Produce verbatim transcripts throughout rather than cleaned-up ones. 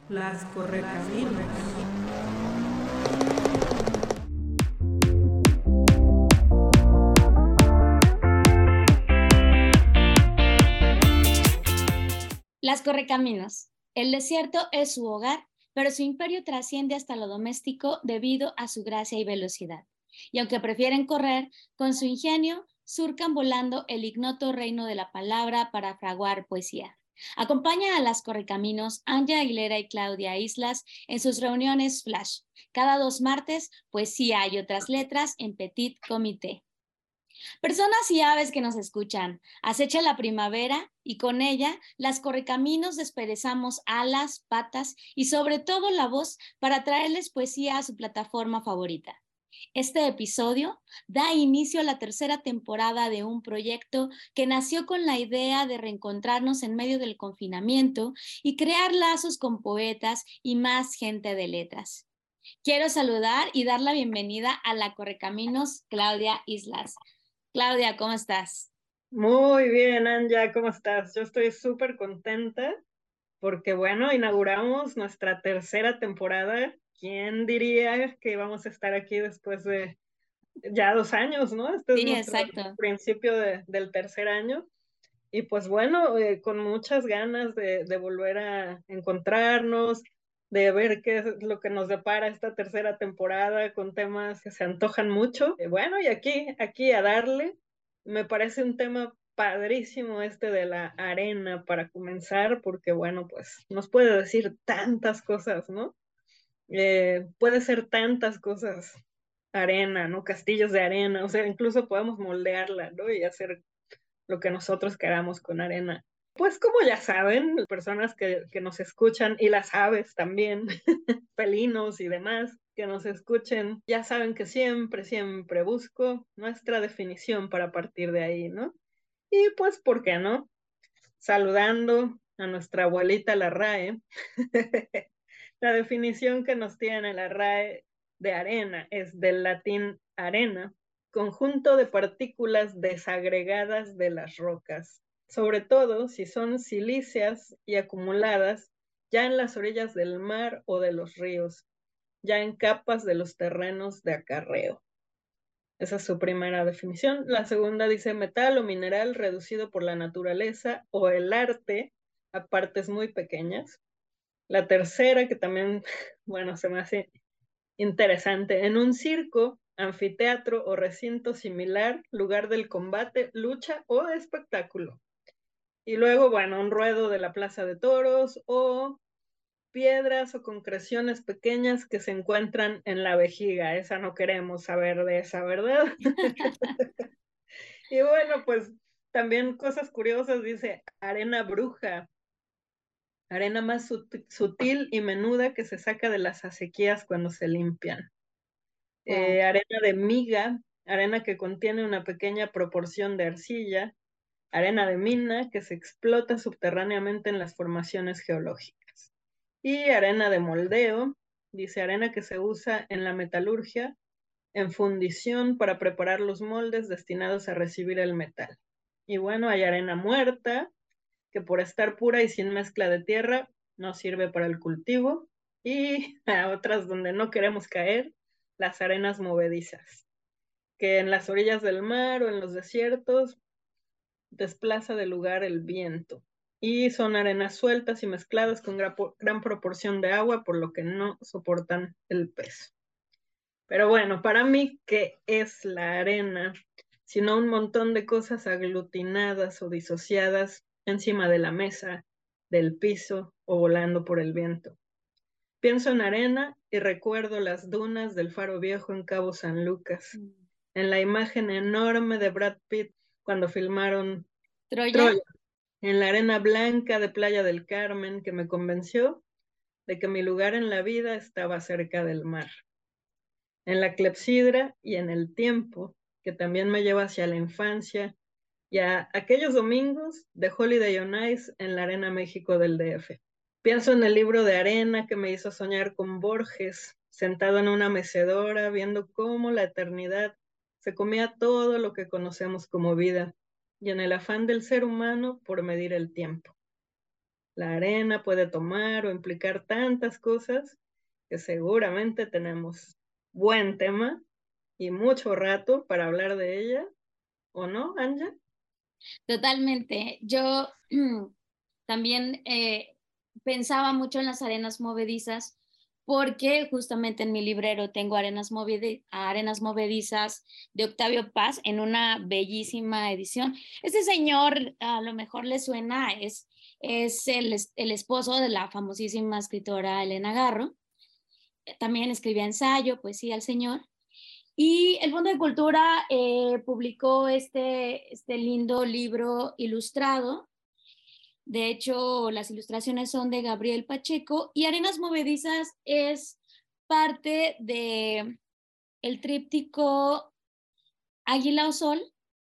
Las Correcaminos. Las Correcaminos. El desierto es su hogar, pero su imperio trasciende hasta lo doméstico debido a su gracia y velocidad. Y aunque prefieren correr, con su ingenio surcan volando el ignoto reino de la palabra para fraguar poesía. Acompaña a las Correcaminos Anja Aguilera y Claudia Islas en sus reuniones Flash. Cada dos martes, poesía y otras letras en Petit Comité. Personas y aves que nos escuchan, acecha la primavera y con ella las correcaminos desperezamos alas, patas y sobre todo la voz para traerles poesía a su plataforma favorita. Este episodio da inicio a la tercera temporada de un proyecto que nació con la idea de reencontrarnos en medio del confinamiento y crear lazos con poetas y más gente de letras. Quiero saludar y dar la bienvenida a la Correcaminos Claudia Islas. Claudia, ¿cómo estás? Muy bien, Anja, ¿cómo estás? Yo estoy súper contenta porque, bueno, inauguramos nuestra tercera temporada. ¿Quién diría que íbamos a estar aquí después de ya dos años, ¿no? Este es Sí, nuestro exacto. principio de- del tercer año. Y pues bueno, eh, con muchas ganas de, de volver a encontrarnos, de ver qué es lo que nos depara esta tercera temporada con temas que se antojan mucho. Eh, bueno, y aquí, aquí a darle, me parece un tema padrísimo este de la arena para comenzar, porque bueno, pues nos puede decir tantas cosas, ¿no? Eh, puede ser tantas cosas, arena, ¿no? Castillos de arena, o sea, incluso podemos moldearla, ¿no? Y hacer lo que nosotros queramos con arena. Pues como ya saben, personas que, que nos escuchan y las aves también, felinos y demás que nos escuchen, ya saben que siempre, siempre busco nuestra definición para partir de ahí, ¿no? Y pues, ¿por qué no? Saludando a nuestra abuelita la RAE, la definición que nos tiene la RAE de arena es del latín arena, conjunto de partículas desagregadas de las rocas, sobre todo si son silíceas y acumuladas ya en las orillas del mar o de los ríos, ya en capas de los terrenos de acarreo. Esa es su primera definición. La segunda dice metal o mineral reducido por la naturaleza o el arte a partes muy pequeñas. La tercera, que también, bueno, se me hace interesante, en un circo, anfiteatro o recinto similar, lugar del combate, lucha o espectáculo. Y luego, bueno, un ruedo de la plaza de toros o piedras o concreciones pequeñas que se encuentran en la vejiga. Esa no queremos saber de esa, ¿verdad? Y bueno, pues también cosas curiosas, dice arena bruja, arena más sutil y menuda que se saca de las acequias cuando se limpian. Wow. Eh, arena de miga, arena que contiene una pequeña proporción de arcilla, arena de mina que se explota subterráneamente en las formaciones geológicas. Y arena de moldeo, dice arena que se usa en la metalurgia, en fundición para preparar los moldes destinados a recibir el metal. Y bueno, hay arena muerta, que por estar pura y sin mezcla de tierra, no sirve para el cultivo. Y a otras donde no queremos caer, las arenas movedizas, que en las orillas del mar o en los desiertos desplaza de lugar el viento. Y son arenas sueltas y mezcladas con gran, gran proporción de agua, por lo que no soportan el peso. Pero bueno, para mí, ¿qué es la arena? Sino un montón de cosas aglutinadas o disociadas encima de la mesa, del piso o volando por el viento. Pienso en arena y recuerdo las dunas del Faro Viejo en Cabo San Lucas, en la imagen enorme de Brad Pitt cuando filmaron ¿Troya? Troya, en la arena blanca de Playa del Carmen que me convenció de que mi lugar en la vida estaba cerca del mar, en la clepsidra y en el tiempo, que también me lleva hacia la infancia y a aquellos domingos de Holiday on Ice en la Arena México del D F. Pienso en el libro de arena que me hizo soñar con Borges, sentado en una mecedora, viendo cómo la eternidad se comía todo lo que conocemos como vida, y en el afán del ser humano por medir el tiempo. La arena puede tomar o implicar tantas cosas que seguramente tenemos buen tema y mucho rato para hablar de ella, ¿o no, Anja? Totalmente. Yo también eh, pensaba mucho en las arenas movedizas porque justamente en mi librero tengo arenas, movedi arenas movedizas de Octavio Paz en una bellísima edición. Este señor a lo mejor le suena, es, es el, el esposo de la famosísima escritora Elena Garro. También escribía ensayo, poesía al señor. Y el Fondo de Cultura eh, publicó este, este lindo libro ilustrado. De hecho, las ilustraciones son de Gabriel Pacheco y Arenas Movedizas es parte de el tríptico Águila o Sol,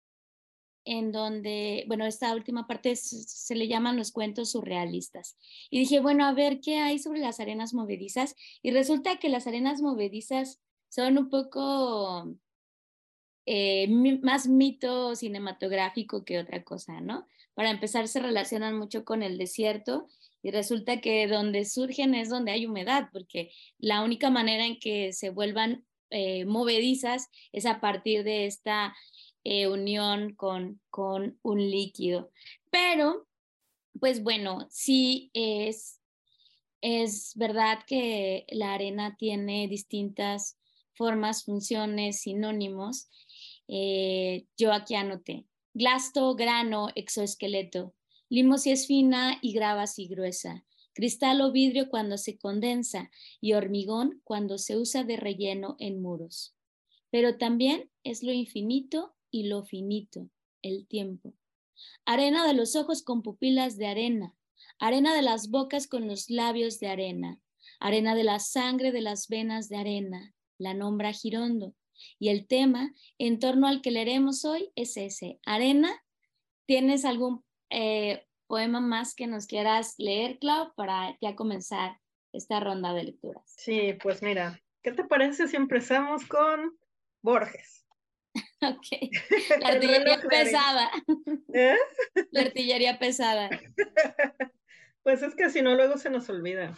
en donde, bueno, esta última parte se, se le llaman los cuentos surrealistas. Y dije, bueno, a ver qué hay sobre las arenas movedizas. Y resulta que las arenas movedizas son un poco eh, más mito cinematográfico que otra cosa, ¿no? Para empezar, se relacionan mucho con el desierto y resulta que donde surgen es donde hay humedad, porque la única manera en que se vuelvan eh, movedizas es a partir de esta eh, unión con, con un líquido. Pero, pues bueno, sí es, es verdad que la arena tiene distintas formas, funciones, sinónimos. Eh, yo aquí anoté. Glasto, grano, exoesqueleto. Limo si es fina y grava si gruesa. Cristal o vidrio cuando se condensa y hormigón cuando se usa de relleno en muros. Pero también es lo infinito y lo finito, el tiempo. Arena de los ojos con pupilas de arena. Arena de las bocas con los labios de arena. Arena de la sangre de las venas de arena. La nombra Girondo. Y el tema en torno al que leeremos hoy es ese. Arena, ¿tienes algún eh, poema más que nos quieras leer, Clau, para ya comenzar esta ronda de lecturas? Sí, pues mira, ¿qué te parece si empezamos con Borges? Ok, la El artillería reloj de arena. pesada, ¿Eh? la artillería pesada. Pues es que si no, luego se nos olvida.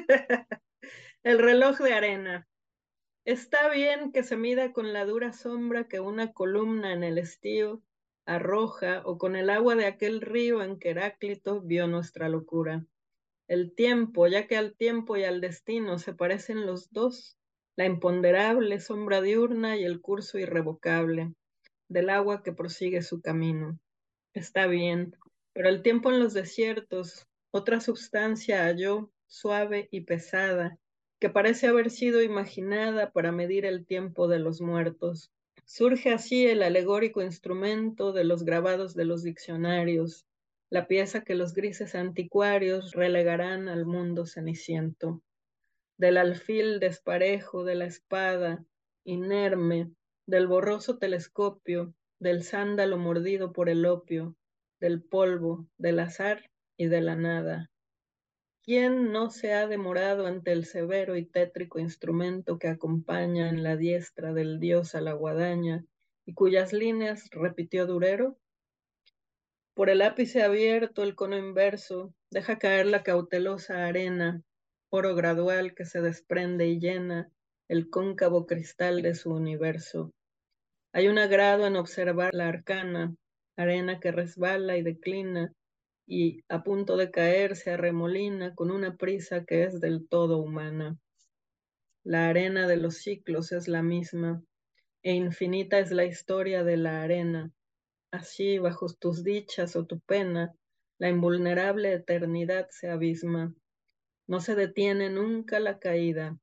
El reloj de arena. Está bien que se mida con la dura sombra que una columna en el estío arroja o con el agua de aquel río en que Heráclito vio nuestra locura. El tiempo, ya que al tiempo y al destino se parecen los dos, la imponderable sombra diurna y el curso irrevocable del agua que prosigue su camino. Está bien, pero el tiempo en los desiertos, otra sustancia halló, suave y pesada, que parece haber sido imaginada para medir el tiempo de los muertos. Surge así el alegórico instrumento de los grabados de los diccionarios, la pieza que los grises anticuarios relegarán al mundo ceniciento. Del alfil desparejo de la espada, inerme, del borroso telescopio, del sándalo mordido por el opio, del polvo, del azar y de la nada. ¿Quién no se ha demorado ante el severo y tétrico instrumento que acompaña en la diestra del dios a la guadaña y cuyas líneas repitió Durero? Por el ápice abierto, el cono inverso, deja caer la cautelosa arena, oro gradual que se desprende y llena el cóncavo cristal de su universo. Hay un agrado en observar la arcana, arena que resbala y declina, y a punto de caer se arremolina con una prisa que es del todo humana. La arena de los ciclos es la misma, e infinita es la historia de la arena. Así, bajo tus dichas o tu pena, la invulnerable eternidad se abisma. No se detiene nunca la caída.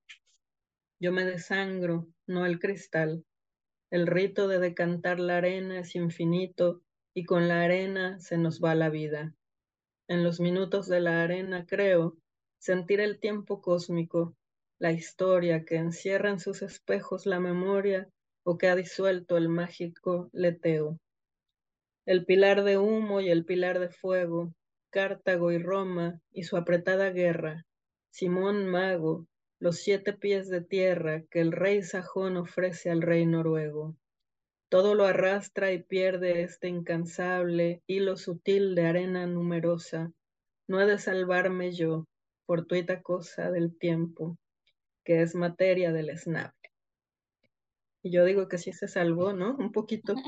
Yo me desangro, no el cristal. El rito de decantar la arena es infinito y con la arena se nos va la vida. En los minutos de la arena creo sentir el tiempo cósmico, la historia que encierra en sus espejos la memoria o que ha disuelto el mágico leteo. El pilar de humo y el pilar de fuego, Cartago y Roma y su apretada guerra, Simón Mago, los siete pies de tierra que el rey sajón ofrece al rey noruego. Todo lo arrastra y pierde este incansable hilo sutil de arena numerosa, no he de salvarme yo, fortuita cosa del tiempo, que es materia del esnable. Y yo digo que sí se salvó, ¿no? Un poquito.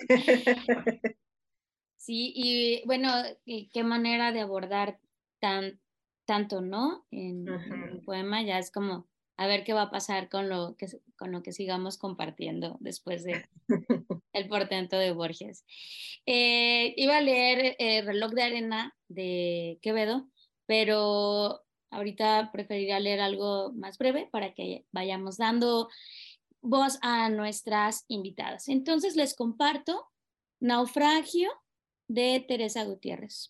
Sí, y bueno, y qué manera de abordar tan, tanto, ¿no? En, en Ajá. un poema ya es como, a ver qué va a pasar con lo que, con lo que sigamos compartiendo después de El portento de Borges. Eh, iba a leer eh, Reloj de arena de Quevedo, pero ahorita preferiría leer algo más breve para que vayamos dando voz a nuestras invitadas. Entonces les comparto Naufragio de Teresa Gutiérrez.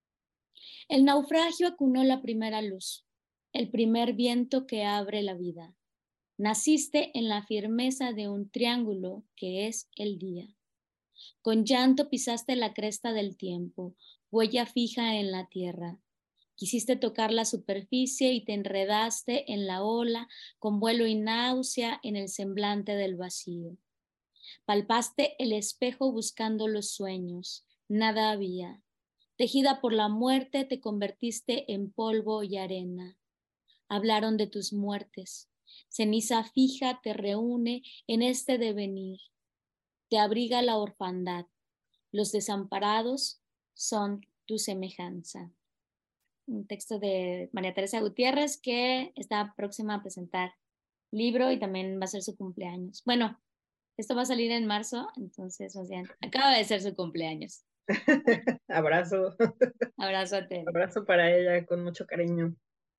El naufragio acunó la primera luz, el primer viento que abre la vida. Naciste en la firmeza de un triángulo que es el día. Con llanto pisaste la cresta del tiempo, huella fija en la tierra. Quisiste tocar la superficie y te enredaste en la ola con vuelo y náusea en el semblante del vacío. Palpaste el espejo buscando los sueños, nada había. Tejida por la muerte te convertiste en polvo y arena. Hablaron de tus muertes. Ceniza fija te reúne en este devenir. Te abriga la orfandad. Los desamparados son tu semejanza. Un texto de María Teresa Gutiérrez que está próxima a presentar libro y también va a ser su cumpleaños. Bueno, esto va a salir en marzo, entonces, o sea, acaba de ser su cumpleaños. Abrazo. Abrazo a Tere. Abrazo para ella con mucho cariño.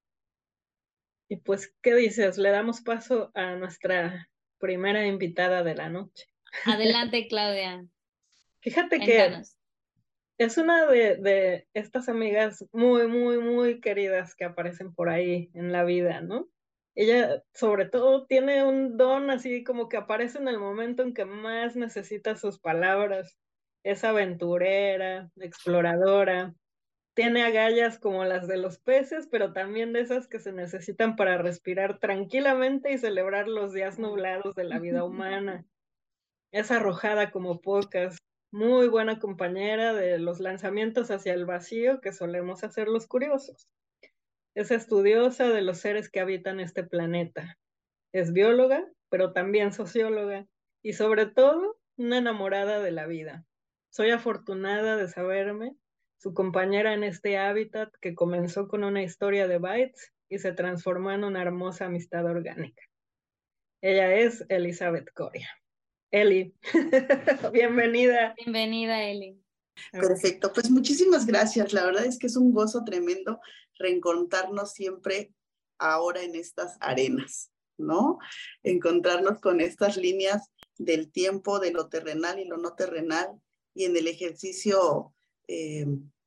Y pues, ¿qué dices? Le damos paso a nuestra primera invitada de la noche. Adelante, Claudia. Fíjate que Cuéntanos. es una de, de estas amigas muy, muy, muy queridas que aparecen por ahí en la vida, ¿no? Ella, sobre todo, tiene un don así como que aparece en el momento en que más necesita sus palabras. Es aventurera, exploradora, tiene agallas como las de los peces, pero también de esas que se necesitan para respirar tranquilamente y celebrar los días nublados de la vida humana. Es arrojada como pocas, muy buena compañera de los lanzamientos hacia el vacío que solemos hacer los curiosos. Es estudiosa de los seres que habitan este planeta. Es bióloga, pero también socióloga y sobre todo una enamorada de la vida. Soy afortunada de saberme su compañera en este hábitat que comenzó con una historia de bytes y se transformó en una hermosa amistad orgánica. Ella es Elizabeth Coria. Eli, bienvenida. Bienvenida, Eli. Perfecto, pues muchísimas gracias. La verdad es que es un gozo tremendo reencontrarnos siempre ahora en estas arenas, ¿no? Encontrarnos con estas líneas del tiempo, de lo terrenal y lo no terrenal, y en el ejercicio eh,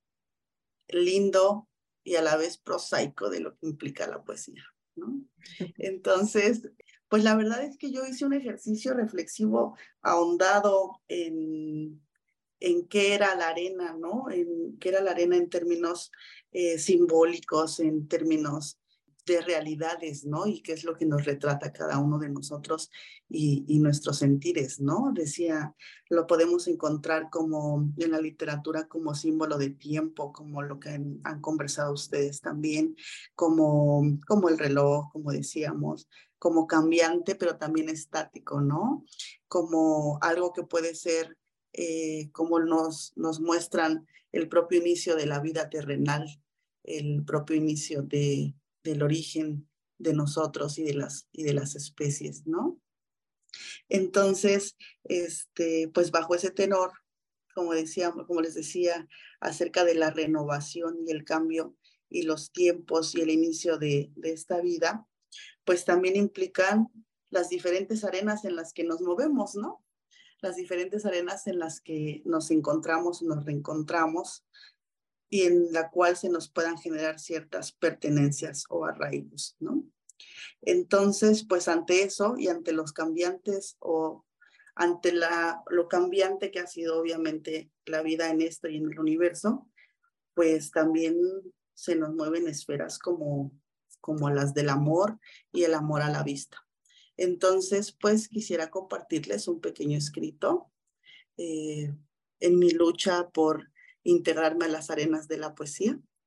lindo y a la vez prosaico de lo que implica la poesía, ¿no? Entonces, pues la verdad es que yo hice un ejercicio reflexivo ahondado en en qué era la arena, ¿no? En qué era la arena en términos eh, simbólicos, en términos de realidades, ¿no? Y qué es lo que nos retrata cada uno de nosotros y, y nuestros sentires, ¿no? Decía, lo podemos encontrar como en la literatura como símbolo de tiempo, como lo que han, han conversado ustedes también, como, como el reloj, como decíamos, como cambiante, pero también estático, ¿no? Como algo que puede ser Eh, como nos, nos muestran el propio inicio de la vida terrenal, el propio inicio de, del origen de nosotros y de las, y de las especies, ¿no? Entonces, este, pues bajo ese tenor, como decíamos, como les decía, acerca de la renovación y el cambio y los tiempos y el inicio de, de esta vida, pues también implican las diferentes arenas en las que nos movemos, ¿no? Las diferentes arenas en las que nos encontramos, nos reencontramos y en la cual se nos puedan generar ciertas pertenencias o arraigos, ¿no? Entonces, pues ante eso y ante los cambiantes o ante la, lo cambiante que ha sido obviamente la vida en esto y en el universo, pues también se nos mueven esferas como, como las del amor y el amor a la vista. Entonces, pues quisiera compartirles un pequeño escrito eh, en mi lucha por integrarme a las arenas de la poesía.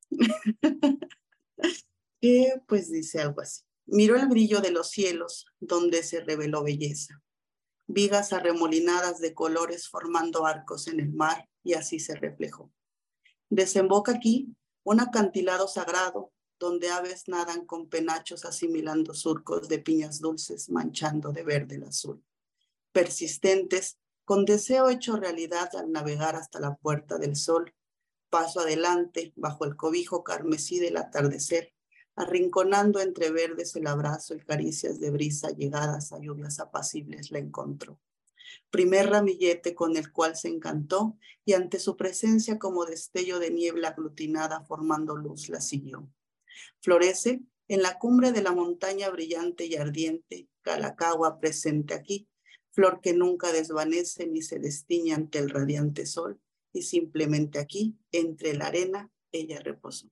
Que pues dice algo así. Miró el brillo de los cielos, donde se reveló belleza. Vigas arremolinadas de colores formando arcos en el mar, y así se reflejó. Desemboca aquí un acantilado sagrado, donde aves nadan con penachos asimilando surcos de piñas dulces, manchando de verde el azul. Persistentes, con deseo hecho realidad al navegar hasta la puerta del sol, paso adelante, bajo el cobijo carmesí del atardecer, arrinconando entre verdes el abrazo y caricias de brisa llegadas a lluvias apacibles la encontró. Primer ramillete con el cual se encantó, y ante su presencia como destello de niebla aglutinada formando luz la siguió. Florece en la cumbre de la montaña brillante y ardiente, Calacagua presente aquí, flor que nunca desvanece ni se destiñe ante el radiante sol, y simplemente aquí, entre la arena, ella reposó.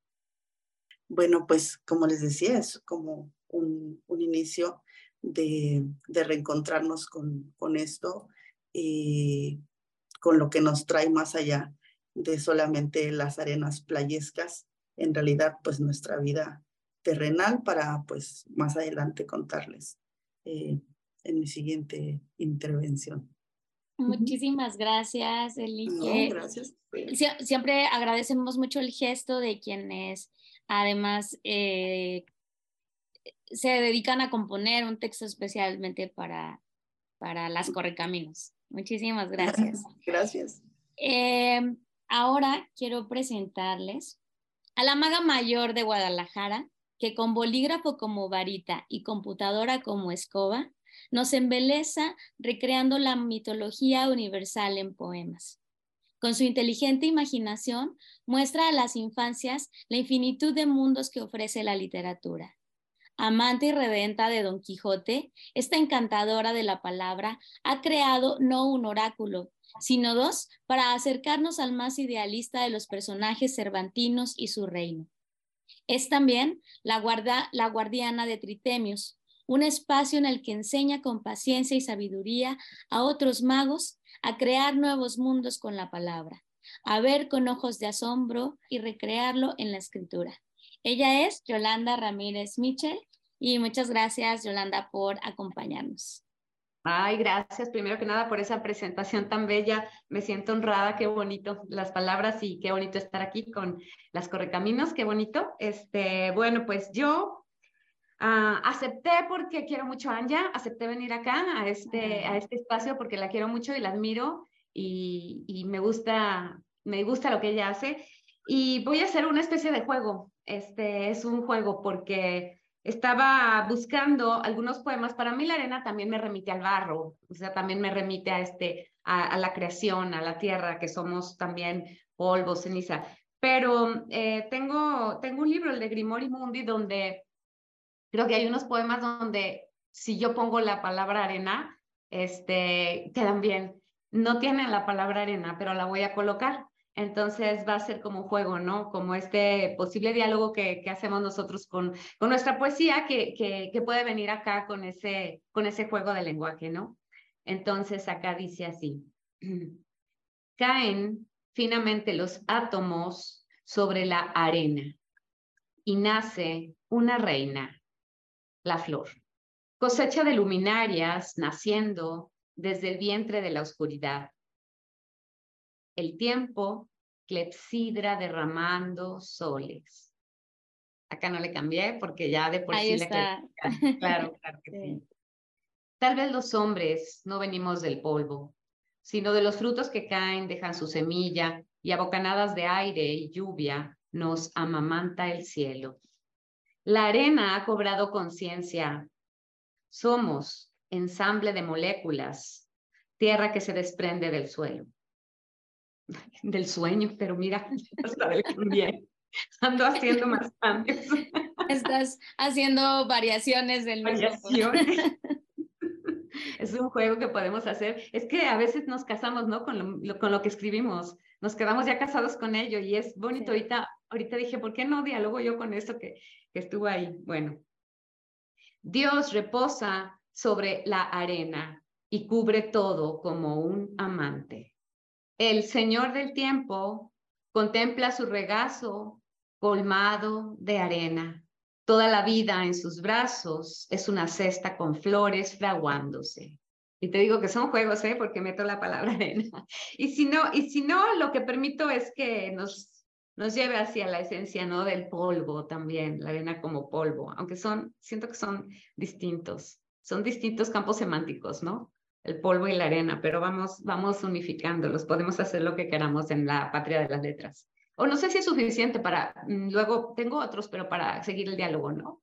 Bueno, pues como les decía, es como un, un inicio de, de reencontrarnos con, con esto, y con lo que nos trae más allá de solamente las arenas playescas, en realidad pues nuestra vida terrenal, para pues más adelante contarles eh, en mi siguiente intervención. Muchísimas gracias, Eli. No, que gracias. Sie- siempre agradecemos mucho el gesto de quienes además eh, se dedican a componer un texto especialmente para, para las Correcaminos. Muchísimas gracias. Gracias. Eh, ahora quiero presentarles a la maga mayor de Guadalajara, que con bolígrafo como varita y computadora como escoba, nos embeleza recreando la mitología universal en poemas. Con su inteligente imaginación, muestra a las infancias la infinitud de mundos que ofrece la literatura. Amante y redenta de Don Quijote, esta encantadora de la palabra ha creado no un oráculo, sino dos para acercarnos al más idealista de los personajes cervantinos y su reino. Es también la, guarda, la guardiana de Tritemios, un espacio en el que enseña con paciencia y sabiduría a otros magos a crear nuevos mundos con la palabra, a ver con ojos de asombro y recrearlo en la escritura. Ella es Yolanda Ramírez Mitchell, y muchas gracias, Yolanda, por acompañarnos. Ay, gracias primero que nada por esa presentación tan bella. Me siento honrada, qué bonito las palabras y qué bonito estar aquí con las Correcaminos, qué bonito. Este, bueno, pues yo uh, acepté porque quiero mucho a Anja, acepté venir acá a este, a este espacio porque la quiero mucho y la admiro y, y me gusta, me gusta lo que ella hace. Y voy a hacer una especie de juego. Este es un juego porque estaba buscando algunos poemas. Para mí la arena también me remite al barro, o sea, también me remite a, este, a, a la creación, a la tierra, que somos también polvo, ceniza. Pero eh, tengo, tengo un libro, el de Grimori Mundi, donde creo que hay unos poemas donde si yo pongo la palabra arena, este, quedan bien. No tienen la palabra arena, pero la voy a colocar. Entonces va a ser como un juego, ¿no? Como este posible diálogo que, que hacemos nosotros con, con nuestra poesía, que, que, que puede venir acá con ese, con ese juego de lenguaje, ¿no? Entonces acá dice así. Caen finamente los átomos sobre la arena y nace una reina, la flor. Cosecha de luminarias naciendo desde el vientre de la oscuridad. El tiempo, clepsidra derramando soles. Acá no le cambié porque ya de por Ahí sí está. le Claro, claro que sí. sí. Tal vez los hombres no venimos del polvo, sino de los frutos que caen, dejan su semilla y a bocanadas de aire y lluvia nos amamanta el cielo. La arena ha cobrado conciencia. Somos ensamble de moléculas, tierra que se desprende del suelo. Del sueño, pero mira, hasta del bien. Ando haciendo más cambios. Estás haciendo variaciones del mismo. Variaciones. Es un juego que podemos hacer. Es que a veces nos casamos, ¿no? Con lo, con lo que escribimos. Nos quedamos ya casados con ello y es bonito. Sí. Ahorita, ahorita dije, ¿por qué no dialogo yo con esto que, que estuvo ahí? Bueno. Dios reposa sobre la arena y cubre todo como un amante. El Señor del tiempo contempla su regazo colmado de arena. Toda la vida en sus brazos es una cesta con flores fraguándose. Y te digo que son juegos, ¿eh? Porque meto la palabra arena. Y si no, y si no, lo que permito es que nos, nos lleve hacia la esencia, ¿no? Del polvo también, la arena como polvo, aunque son, siento que son distintos, son distintos campos semánticos, ¿no? El polvo y la arena, pero vamos, vamos unificándolos, podemos hacer lo que queramos en la patria de las letras. O no sé si es suficiente para, luego tengo otros, pero para seguir el diálogo, ¿no?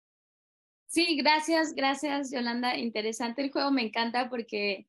Sí, gracias, gracias, Yolanda. Interesante el juego, me encanta porque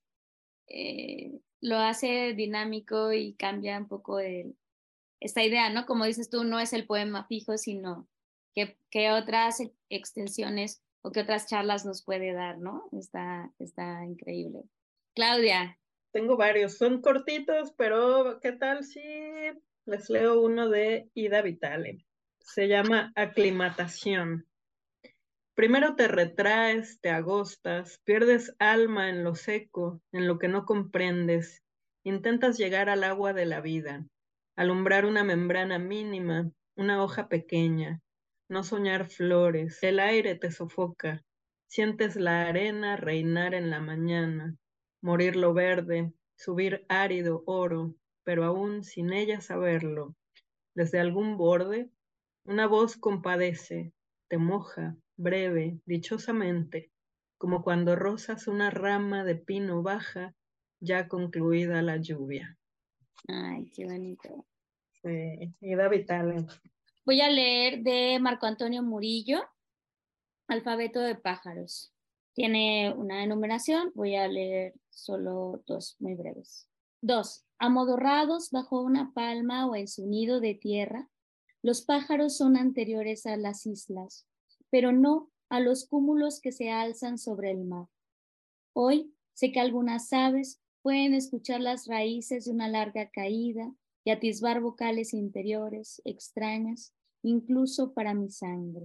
eh, lo hace dinámico y cambia un poco el, esta idea, ¿no? Como dices tú, no es el poema fijo, sino que, que otras extensiones o que otras charlas nos puede dar, ¿no? Está, está increíble. Claudia. Tengo varios, son cortitos, pero ¿qué tal si les leo uno de Ida Vitale? Se llama Aclimatación. Primero te retraes, te agostas, pierdes alma en lo seco, en lo que no comprendes. Intentas llegar al agua de la vida, alumbrar una membrana mínima, una hoja pequeña, no soñar flores. El aire te sofoca, sientes la arena reinar en la mañana, morir lo verde, subir árido oro, pero aún sin ella saberlo. Desde algún borde, una voz compadece, te moja, breve, dichosamente, como cuando rozas una rama de pino baja, ya concluida la lluvia. Ay, qué bonito. Sí, Ida Vitale. Voy a leer de Marco Antonio Murillo, Alfabeto de pájaros. Tiene una enumeración, voy a leer solo dos muy breves. Dos. Amodorrados bajo una palma o en su nido de tierra, los pájaros son anteriores a las islas, pero no a los cúmulos que se alzan sobre el mar. Hoy sé que algunas aves pueden escuchar las raíces de una larga caída y atisbar vocales interiores extrañas, incluso para mi sangre.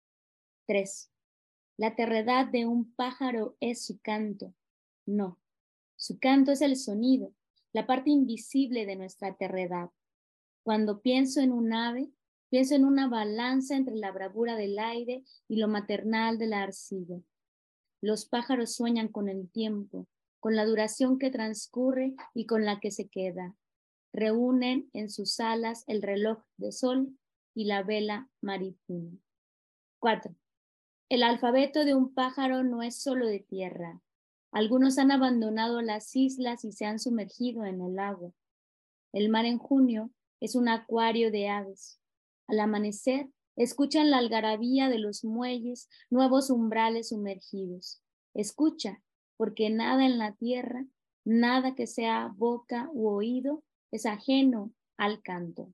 Tres. La terredad de un pájaro es su canto. No, su canto es el sonido, la parte invisible de nuestra terredad. Cuando pienso en un ave, pienso en una balanza entre la bravura del aire y lo maternal de la arcilla. Los pájaros sueñan con el tiempo, con la duración que transcurre y con la que se queda. Reúnen en sus alas el reloj de sol y la vela marítima. Cuatro. El alfabeto de un pájaro no es solo de tierra. Algunos han abandonado las islas y se han sumergido en el agua. El mar en junio es un acuario de aves. Al amanecer, escuchan la algarabía de los muelles, nuevos umbrales sumergidos. Escucha, porque nada en la tierra, nada que sea boca u oído, es ajeno al canto.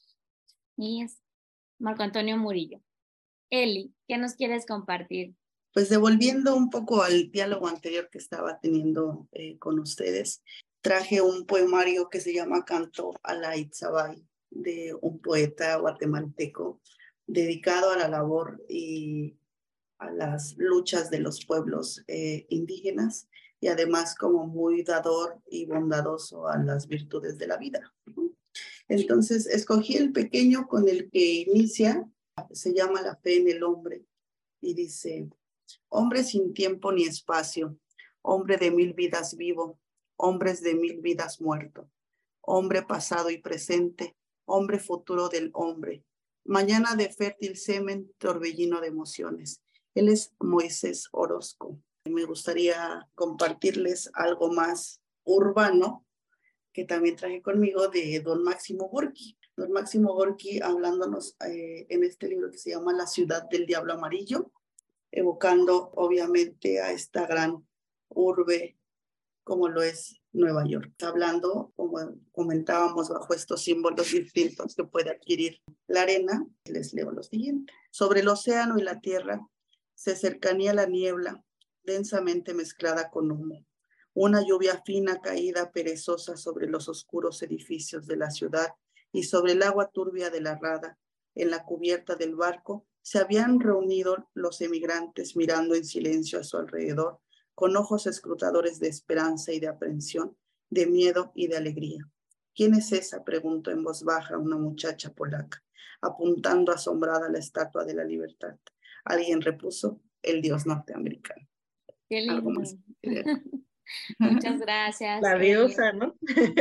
Y es Marco Antonio Murillo. Eli, ¿qué nos quieres compartir? Pues devolviendo un poco al diálogo anterior que estaba teniendo eh, con ustedes, traje un poemario que se llama Canto a la Itzabay, de un poeta guatemalteco dedicado a la labor y a las luchas de los pueblos eh, indígenas y además como muy dador y bondadoso a las virtudes de la vida. Entonces escogí el pequeño con el que inicia, se llama La fe en el hombre y dice: hombre sin tiempo ni espacio, hombre de mil vidas vivo, hombres de mil vidas muerto, hombre pasado y presente, hombre futuro del hombre, mañana de fértil semen, torbellino de emociones. Él es Moisés Orozco. Me gustaría compartirles algo más urbano que también traje conmigo de don Máximo Gorki. Don Máximo Gorki hablándonos eh, en este libro que se llama La ciudad del diablo amarillo, evocando obviamente a esta gran urbe como lo es Nueva York. Hablando, como comentábamos, bajo estos símbolos distintos que puede adquirir la arena. Les leo lo siguiente. Sobre el océano y la tierra se cercanía la niebla, densamente mezclada con humo. Una lluvia fina caída perezosa sobre los oscuros edificios de la ciudad y sobre el agua turbia de la rada. En la cubierta del barco se habían reunido los emigrantes mirando en silencio a su alrededor, con ojos escrutadores de esperanza y de aprensión, de miedo y de alegría. ¿Quién es esa?, preguntó en voz baja una muchacha polaca. apuntando asombrada a la Estatua de la Libertad. Alguien repuso, el dios norteamericano. Qué Algo lindo. más. Muchas gracias. La diosa, ¿no?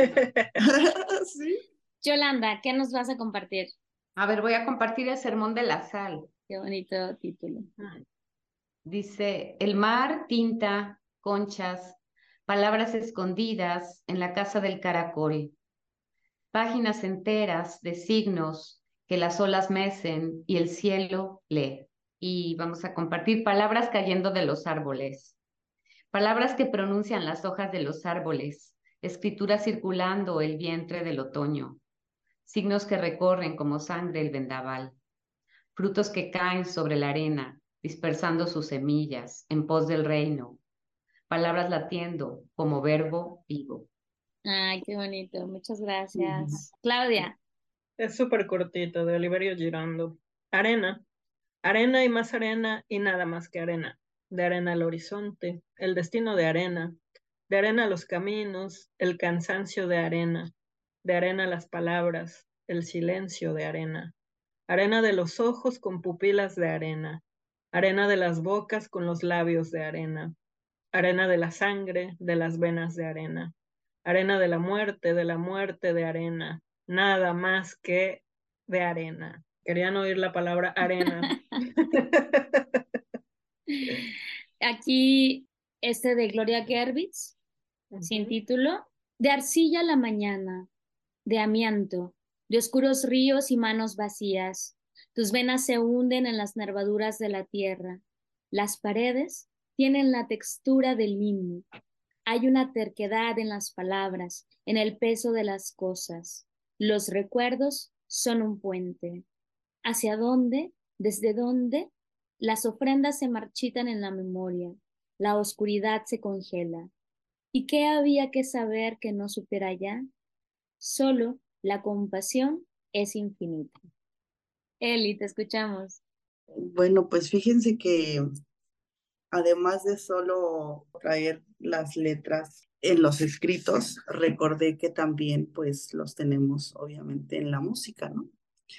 Sí. Yolanda, ¿qué nos vas a compartir? A ver, voy a compartir el Sermón de la Sal. Qué bonito título. Dice, el mar tinta, conchas, palabras escondidas en la casa del caracol, páginas enteras de signos que las olas mecen y el cielo lee. Y vamos a compartir palabras cayendo de los árboles, palabras que pronuncian las hojas de los árboles, escritura circulando el vientre del otoño, signos que recorren como sangre el vendaval, frutos que caen sobre la arena, dispersando sus semillas en pos del reino, palabras latiendo como verbo vivo. Ay, qué bonito. Muchas gracias. Claudia. Es súper cortito, de Oliverio Girondo. Arena, arena y más arena y nada más que arena. De arena al horizonte, el destino de arena, de arena los caminos, el cansancio de arena, de arena las palabras, el silencio de arena, arena de los ojos con pupilas de arena, arena de las bocas con los labios de arena, arena de la sangre, de las venas de arena, arena de la muerte, de la muerte de arena, nada más que de arena. Querían oír la palabra arena. Aquí este de Gloria Gervitz, Uh-huh. sin título, de arcilla la mañana, de amianto, de oscuros ríos y manos vacías. Tus venas se hunden en las nervaduras de la tierra. Las paredes tienen la textura del himno. Hay una terquedad en las palabras, en el peso de las cosas. Los recuerdos son un puente. ¿Hacia dónde? ¿Desde dónde? Las ofrendas se marchitan en la memoria. La oscuridad se congela. ¿Y qué había que saber que no supiera ya? Solo la compasión es infinita. Eli, te escuchamos. Bueno, pues fíjense que además de solo traer las letras en los escritos, recordé que también pues los tenemos obviamente en la música, ¿no?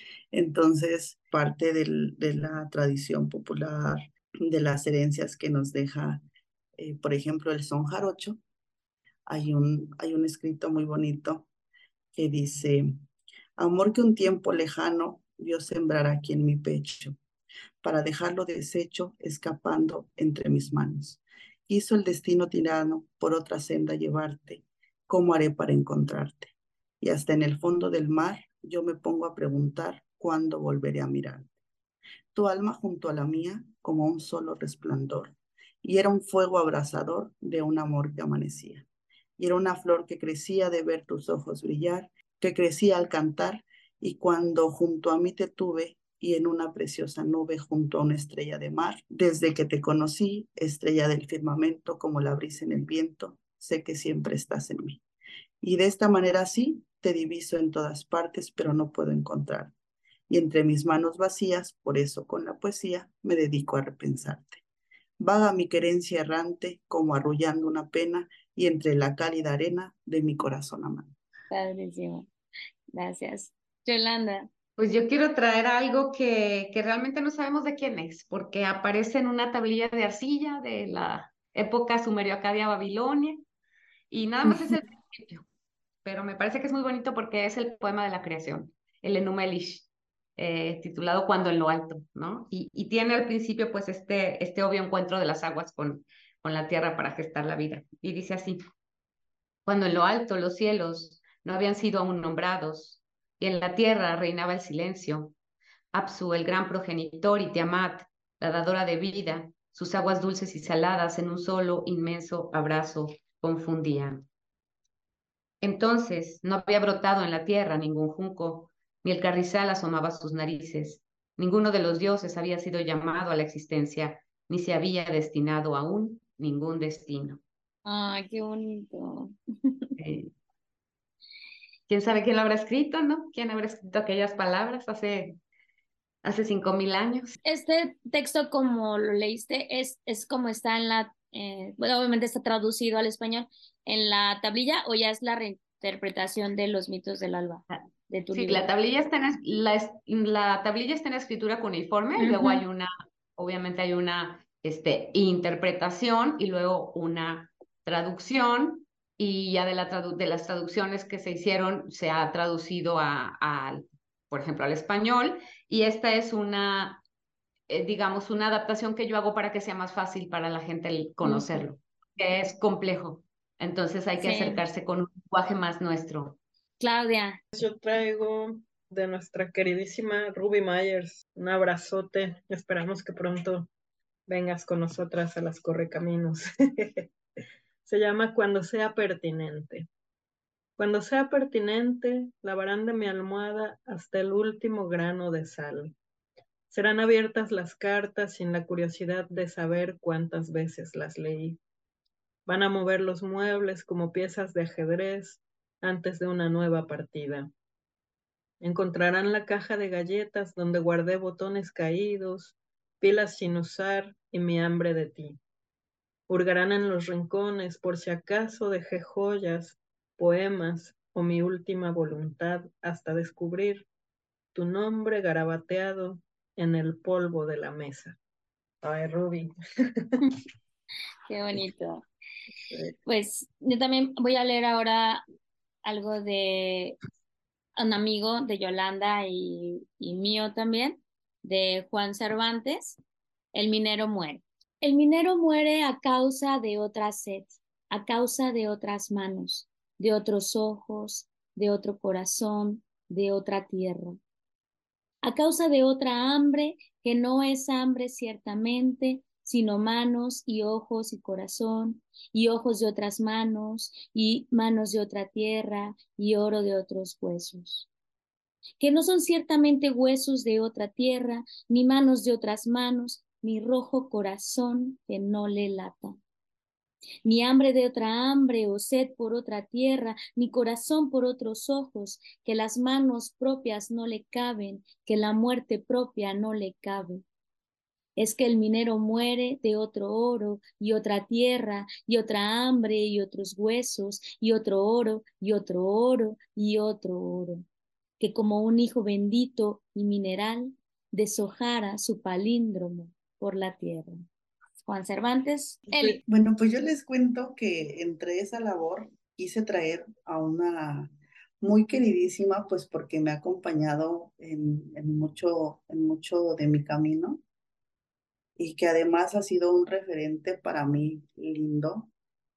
Entonces, parte del, de la tradición popular, de las herencias que nos deja, eh, por ejemplo, el son jarocho, hay un, hay un escrito muy bonito que dice, amor que un tiempo lejano Dios sembrará aquí en mi pecho, para dejarlo deshecho escapando entre mis manos. Quiso el destino tirano por otra senda llevarte, ¿cómo haré para encontrarte? Y hasta en el fondo del mar yo me pongo a preguntar cuándo volveré a mirarte. Tu alma junto a la mía como un solo resplandor, y era un fuego abrasador de un amor que amanecía. Y era una flor que crecía de ver tus ojos brillar, que crecía al cantar, y cuando junto a mí te tuve, y en una preciosa nube junto a una estrella de mar, desde que te conocí, estrella del firmamento, como la brisa en el viento, sé que siempre estás en mí. Y de esta manera sí, te diviso en todas partes, pero no puedo encontrar. Y entre mis manos vacías, por eso con la poesía, me dedico a repensarte. Vaga mi querencia errante, como arrullando una pena, y entre la cálida arena de mi corazón amante. Padrísimo. Gracias. Yolanda. Pues yo quiero traer algo que, que realmente no sabemos de quién es, porque aparece en una tablilla de arcilla de la época sumerio-acadia-babilonia, y nada más es el principio, pero me parece que es muy bonito porque es el poema de la creación, el Enuma Elish, eh, titulado Cuando en lo alto, ¿no? Y, y tiene al principio pues este, este obvio encuentro de las aguas con, con la tierra para gestar la vida, y dice así, cuando en lo alto los cielos no habían sido aún nombrados, y en la tierra reinaba el silencio, Apsu, el gran progenitor, y Tiamat, la dadora de vida, sus aguas dulces y saladas en un solo inmenso abrazo confundían. Entonces no había brotado en la tierra ningún junco, ni el carrizal asomaba sus narices. Ninguno de los dioses había sido llamado a la existencia, ni se había destinado aún ningún destino. Ay, qué bonito. Eh, ¿Quién sabe quién lo habrá escrito, no? ¿Quién habrá escrito aquellas palabras hace, hace cinco mil años? Este texto, como lo leíste, es, es como está en la, eh, bueno, obviamente está traducido al español en la tablilla, o ya es la reinterpretación de los mitos del alba. de tu Sí, libro. la tablilla está en, la, es- la tablilla está en escritura cuneiforme, y Ujú. luego hay una, obviamente hay una este, interpretación y luego una traducción, y ya de, la tradu- de las traducciones que se hicieron se ha traducido a, a, por ejemplo, al español, y esta es una, eh, digamos, una adaptación que yo hago para que sea más fácil para la gente el Ujú. conocerlo, que es complejo, entonces hay que Sí. acercarse con un lenguaje más nuestro. Claudia, Yo traigo de nuestra queridísima Ruby Myers un abrazote. Esperamos que pronto vengas con nosotras a las Correcaminos. Se llama Cuando sea pertinente. Cuando sea pertinente, lavarán de mi almohada hasta el último grano de sal. Serán abiertas las cartas sin la curiosidad de saber cuántas veces las leí. Van a mover los muebles como piezas de ajedrez antes de una nueva partida. Encontrarán la caja de galletas donde guardé botones caídos, pilas sin usar y mi hambre de ti. Hurgarán en los rincones por si acaso dejé joyas, poemas o mi última voluntad hasta descubrir tu nombre garabateado en el polvo de la mesa. Ay, Ruby. qué bonito. Sí. Pues yo también voy a leer ahora algo de un amigo de Yolanda y, y mío también, de Juan Cervantes. El minero muere. El minero muere a causa de otra sed, a causa de otras manos, de otros ojos, de otro corazón, de otra tierra, a causa de otra hambre que no es hambre ciertamente, sino manos y ojos y corazón, y ojos de otras manos, y manos de otra tierra, y oro de otros huesos, que no son ciertamente huesos de otra tierra, ni manos de otras manos, ni rojo corazón que no le lata, ni hambre de otra hambre o sed por otra tierra, ni corazón por otros ojos, que las manos propias no le caben, que la muerte propia no le cabe. Es que el minero muere de otro oro y otra tierra y otra hambre y otros huesos y otro oro y otro oro y otro oro, que como un hijo bendito y mineral deshojara su palíndromo por la tierra. Juan Cervantes, Pues, Eli. bueno, pues yo les cuento que entre esa labor quise traer a una muy queridísima, pues porque me ha acompañado en, en mucho, en mucho de mi camino y que además ha sido un referente para mí lindo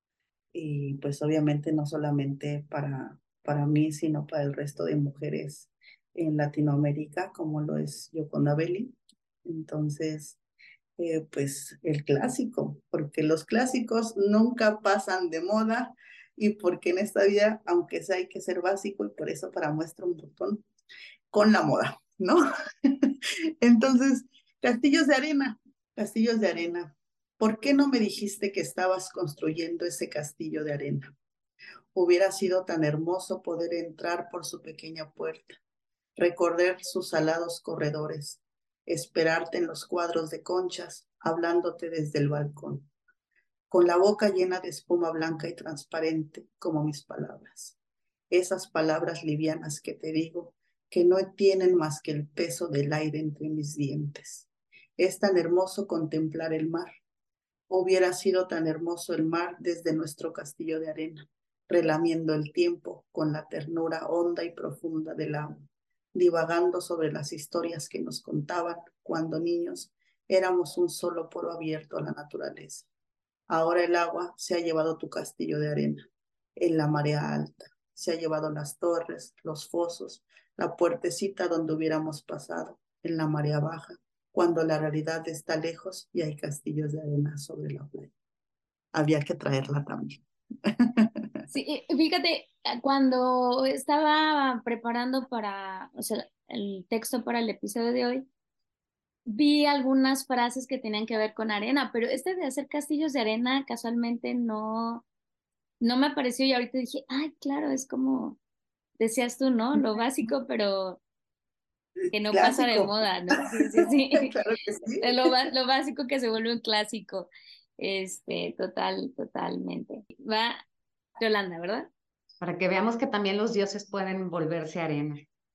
y pues obviamente no solamente para, para mí, sino para el resto de mujeres en Latinoamérica, como lo es Yoconda Belli. Entonces, eh, pues el clásico, porque los clásicos nunca pasan de moda y porque en esta vida, aunque sea, hay que ser básico y por eso para muestra un botón con la moda, ¿no? Entonces, castillos de arena, castillos de arena. ¿Por qué no me dijiste que estabas construyendo ese castillo de arena? Hubiera sido tan hermoso poder entrar por su pequeña puerta, recorrer sus alados corredores, esperarte en los cuadros de conchas, hablándote desde el balcón, con la boca llena de espuma blanca y transparente como mis palabras. Esas palabras livianas que te digo, que no tienen más que el peso del aire entre mis dientes. Es tan hermoso contemplar el mar. Hubiera sido tan hermoso el mar desde nuestro castillo de arena, relamiendo el tiempo con la ternura honda y profunda del agua, divagando sobre las historias que nos contaban cuando niños éramos un solo poro abierto a la naturaleza. Ahora el agua se ha llevado tu castillo de arena en la marea alta, se ha llevado las torres, los fosos, la puertecita donde hubiéramos pasado en la marea baja, cuando la realidad está lejos y hay castillos de arena sobre la playa. Había que traerla también. Sí, fíjate, cuando estaba preparando para, o sea, el texto para el episodio de hoy, vi algunas frases que tenían que ver con arena, pero este de hacer castillos de arena casualmente no, no me apareció y ahorita dije, ay, claro, es como decías tú, ¿no? Lo básico, pero que no pasa de Clásico. moda, ¿no? Sí, sí, sí. Claro que sí. Lo, lo básico que se vuelve un clásico. Este, total, totalmente. Va Yolanda, ¿verdad? Para que veamos que también los dioses pueden volverse arena.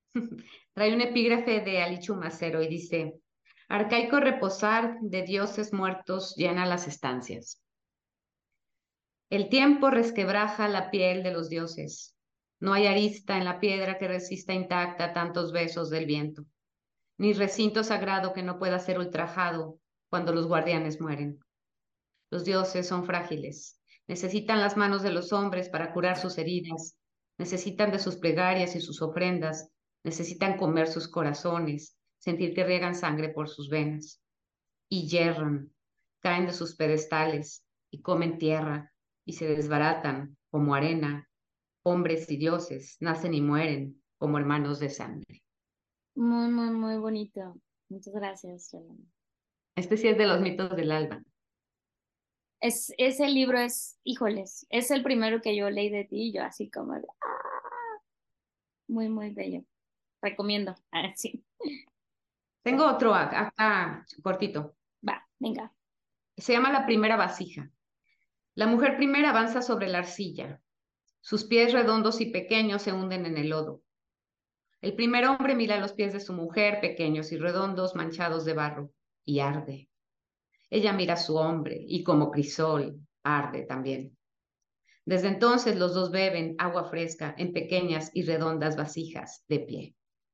Trae un epígrafe de Alichu Macero y dice, arcaico reposar de dioses muertos llena las estancias. El tiempo resquebraja la piel de los dioses. No hay arista en la piedra que resista intacta tantos besos del viento, ni recinto sagrado que no pueda ser ultrajado cuando los guardianes mueren. Los dioses son frágiles, necesitan las manos de los hombres para curar sus heridas, necesitan de sus plegarias y sus ofrendas, necesitan comer sus corazones, sentir que riegan sangre por sus venas. Y yerran, caen de sus pedestales y comen tierra y se desbaratan como arena. Hombres y dioses nacen y mueren como hermanos de sangre. Muy, muy, muy bonito. Muchas gracias, Yolanda. Este sí es de los mitos del alba. Es, ese libro es, híjoles, es el primero que yo leí de ti y yo así como de, ¡ah! Muy, muy bello. Recomiendo. Ah, sí. Tengo otro acá, acá cortito. Va, venga. Se llama La primera vasija. La mujer primera avanza sobre la arcilla. Sus pies redondos y pequeños se hunden en el lodo. El primer hombre mira los pies de su mujer, pequeños y redondos, manchados de barro, y arde. Ella mira a su hombre, y como crisol, arde también. Desde entonces los dos beben agua fresca en pequeñas y redondas vasijas de pie.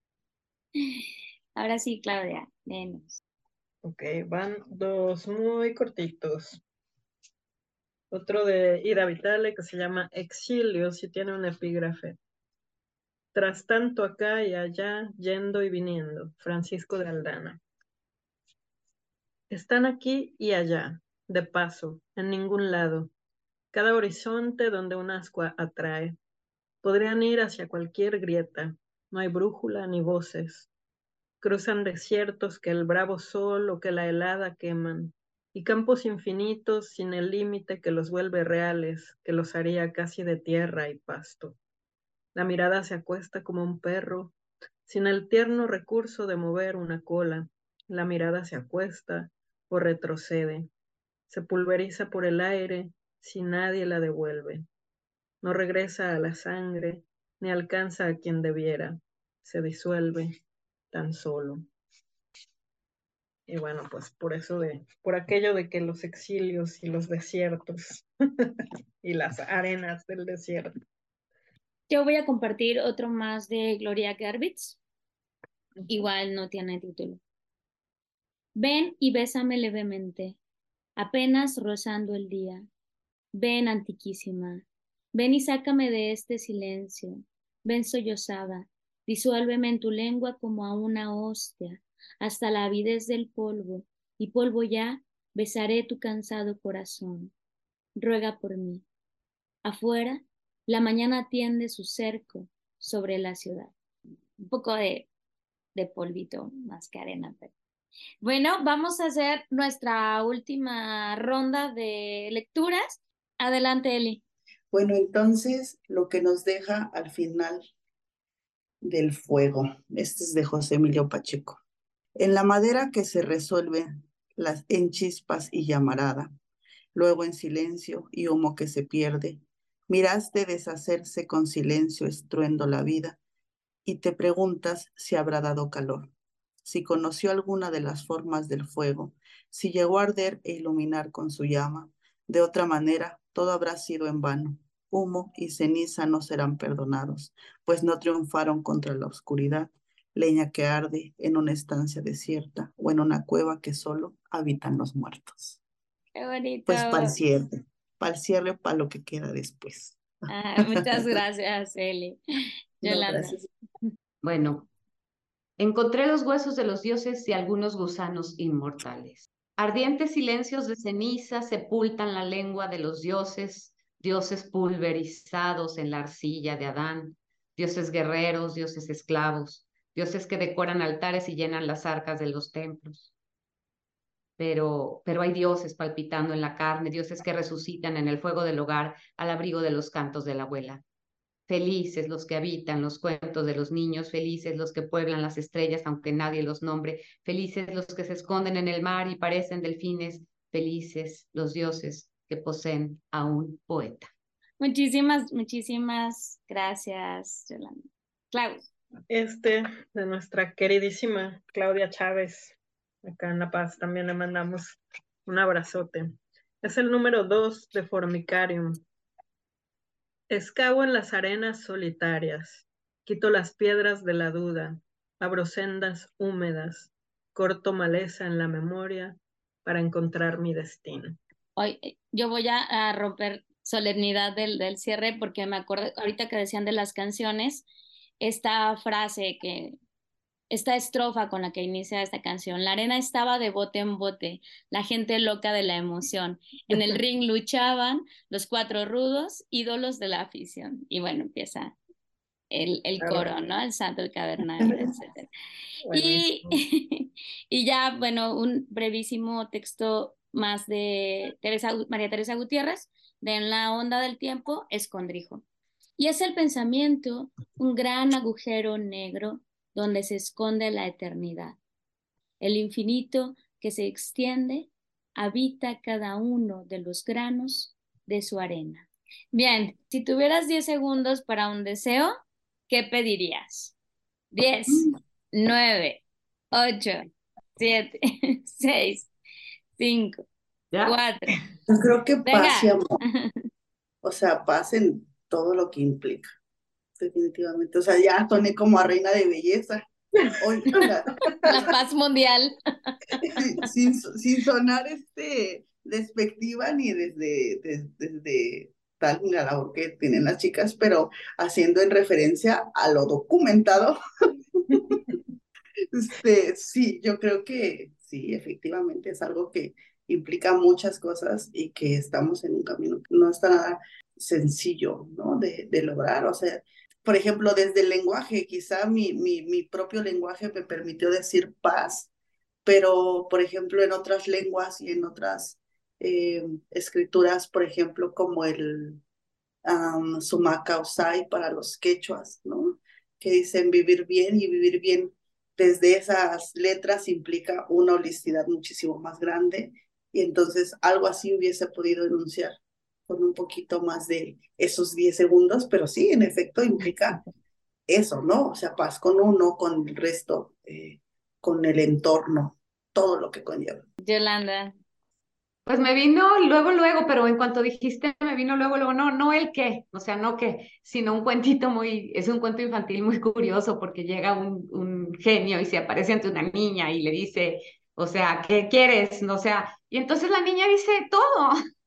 Ahora sí, Claudia, léenos. Ok, van dos muy cortitos. Otro de Ida Vitale que se llama Exilios y tiene un epígrafe. Tras tanto acá y allá, yendo y viniendo. Francisco de Aldana. Están aquí y allá, de paso, en ningún lado. Cada horizonte donde un ascua atrae. Podrían ir hacia cualquier grieta. No hay brújula ni voces. Cruzan desiertos que el bravo sol o que la helada queman, y campos infinitos sin el límite que los vuelve reales, que los haría casi de tierra y pasto. La mirada se acuesta como un perro, sin el tierno recurso de mover una cola. La mirada se acuesta o retrocede, se pulveriza por el aire si nadie la devuelve. No regresa a la sangre, ni alcanza a quien debiera, se disuelve tan solo. Y bueno, pues por eso de, por aquello de que los exilios y los desiertos y las arenas del desierto. Yo voy a compartir otro más de Gloria Gervitz. Igual no tiene título. Ven y bésame levemente, apenas rozando el día. Ven, antiquísima, ven y sácame de este silencio. Ven sollozada, disuélveme en tu lengua como a una hostia, hasta la avidez del polvo, y polvo ya, besaré tu cansado corazón. Ruega por mí. Afuera, la mañana tiende su cerco sobre la ciudad. Un poco de, de polvito más que arena. Pero... Bueno, vamos a hacer nuestra última ronda de lecturas. Adelante, Eli. Bueno, entonces lo que nos deja al final del fuego. Este es de José Emilio Pacheco. En la madera que se resuelve las, en chispas y llamarada, luego en silencio y humo que se pierde, miraste deshacerse con silencio estruendo la vida y te preguntas si habrá dado calor, si conoció alguna de las formas del fuego, si llegó a arder e iluminar con su llama. De otra manera, todo habrá sido en vano. Humo y ceniza no serán perdonados, pues no triunfaron contra la oscuridad, leña que arde en una estancia desierta o en una cueva que solo habitan los muertos. Qué bonito. Pues para el cierre, para el cierre, para lo que queda después. Ah, muchas gracias, Eli. Yolanda. No, gracias. Bueno, encontré los huesos de los dioses y algunos gusanos inmortales. Ardientes silencios de ceniza sepultan la lengua de los dioses, dioses pulverizados en la arcilla de Adán, dioses guerreros, dioses esclavos, dioses que decoran altares y llenan las arcas de los templos. Pero, pero hay dioses palpitando en la carne, dioses que resucitan en el fuego del hogar al abrigo de los cantos de la abuela. Felices los que habitan los cuentos de los niños, felices los que pueblan las estrellas aunque nadie los nombre, felices los que se esconden en el mar y parecen delfines, felices los dioses que poseen a un poeta. Muchísimas, muchísimas gracias, Yolanda. Clau. este de nuestra queridísima Claudia Chávez, acá en La Paz, también le mandamos un abrazote. Es el número dos de Formicarium. Excavo en las arenas solitarias, quito las piedras de la duda, abro sendas húmedas, corto maleza en la memoria para encontrar mi destino. Hoy, yo voy a, a romper solemnidad del, del cierre porque me acuerdo, ahorita que decían de las canciones, esta frase que, esta estrofa con la que inicia esta canción, la arena estaba de bote en bote, la gente loca de la emoción, en el ring luchaban los cuatro rudos, ídolos de la afición, y bueno, empieza el, el Claro. coro, ¿no? El santo, el cavernario, etcétera. Y, y ya, bueno, un brevísimo texto más de Teresa, María Teresa Gutiérrez, de En la onda del tiempo, escondrijo. Y es el pensamiento un gran agujero negro donde se esconde la eternidad. El infinito que se extiende habita cada uno de los granos de su arena. Bien, si tuvieras diez segundos para un deseo, ¿qué pedirías? diez, nueve, ocho, siete, seis, cinco, ¿Ya? cuatro. Yo creo que Venga. paz y amor. O sea, paz en todo lo que implica, definitivamente. O sea, ya soné como a reina de belleza. Oiga, La paz mundial. sin, sin sonar este despectiva ni desde, desde, desde tal la labor que tienen las chicas, pero haciendo en referencia a lo documentado. Este, sí, yo creo que sí, efectivamente es algo que implica muchas cosas y que estamos en un camino que no está nada sencillo, ¿no? De, de lograr, o sea, por ejemplo, desde el lenguaje, quizá mi, mi, mi propio lenguaje me permitió decir paz, pero, por ejemplo, en otras lenguas y en otras eh, escrituras, por ejemplo, como el um, Sumacausai para los quechuas, ¿no? Que dicen vivir bien, y vivir bien desde esas letras implica una holisticidad muchísimo más grande, y entonces algo así hubiese podido enunciar con un poquito más de esos diez segundos, pero sí, en efecto, implica eso, ¿no? O sea, paz con uno, con el resto, eh, con el entorno, todo lo que conlleva. Yolanda. Pues me vino luego, luego, pero en cuanto dijiste, me vino luego, luego, no, no el qué, o sea, no qué, sino un cuentito muy, es un cuento infantil muy curioso porque llega un, un genio y se aparece ante una niña y le dice, o sea, ¿qué quieres? O sea, y entonces la niña dice todo.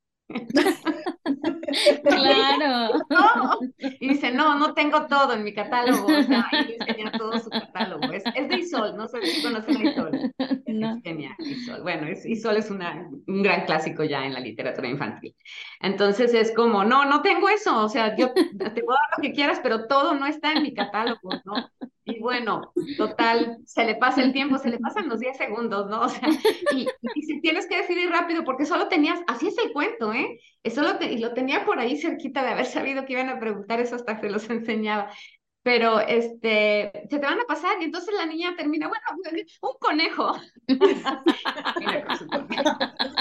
Claro. Todo. Y dice, no, no tengo todo en mi catálogo, o sea, y le enseña todo su catálogo. Es, es de Isol, no sé si conocen a Isol. No. Es genial, Isol. Bueno, es, Isol es una, un gran clásico ya en la literatura infantil. Entonces es como, no, no tengo eso, o sea, yo te puedo dar lo que quieras, pero todo no está en mi catálogo, ¿no? Y bueno, total, se le pasa el tiempo, se le pasan los diez segundos, ¿no? O sea, y, y dice, tienes que decidir rápido porque solo tenías, así es el cuento, ¿eh? Eso lo, te, y lo tenía por ahí cerquita de haber sabido que iban a preguntar eso hasta que los enseñaba. Pero este, se te van a pasar y entonces la niña termina, bueno, un conejo. Termina con su conejo.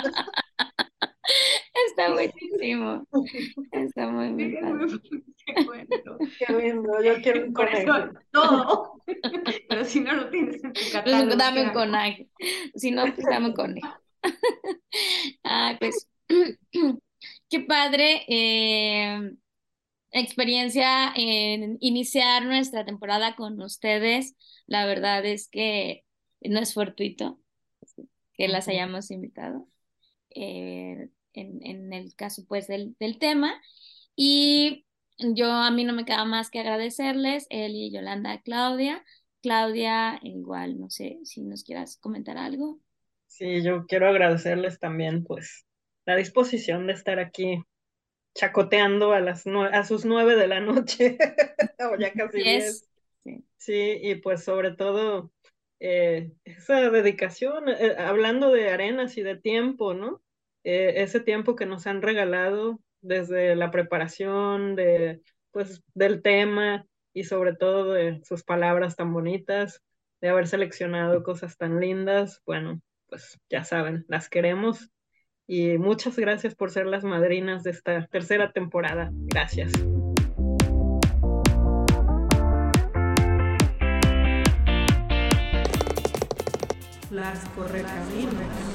Está buenísimo. Está muy, muy Sí, es padre. muy qué bueno. Qué lindo, yo quiero un Por conejo. eso todo. Pero si no lo tienes en tu Pues catálogo. dame un ¿qué hago? conejo. Si no, pues dame un conejo. Ay, pues qué padre eh, experiencia en iniciar nuestra temporada con ustedes. La verdad es que no es fortuito que las hayamos invitado eh, en, en el caso pues del, del tema. Y yo a mí no me queda más que agradecerles, Eli, Yolanda, Claudia. Claudia, igual, no sé si nos quieras comentar algo. Sí, yo quiero agradecerles también, pues, la disposición de estar aquí chacoteando a las nue- a sus nueve de la noche, o ya casi diez. Yes. Sí. Sí, y pues sobre todo eh, esa dedicación, eh, hablando de arenas y de tiempo, ¿no? Eh, ese tiempo que nos han regalado desde la preparación de, pues, del tema y sobre todo de sus palabras tan bonitas, de haber seleccionado cosas tan lindas, bueno, pues ya saben, las queremos y muchas gracias por ser las madrinas de esta tercera temporada. Gracias. Las Correcaminos.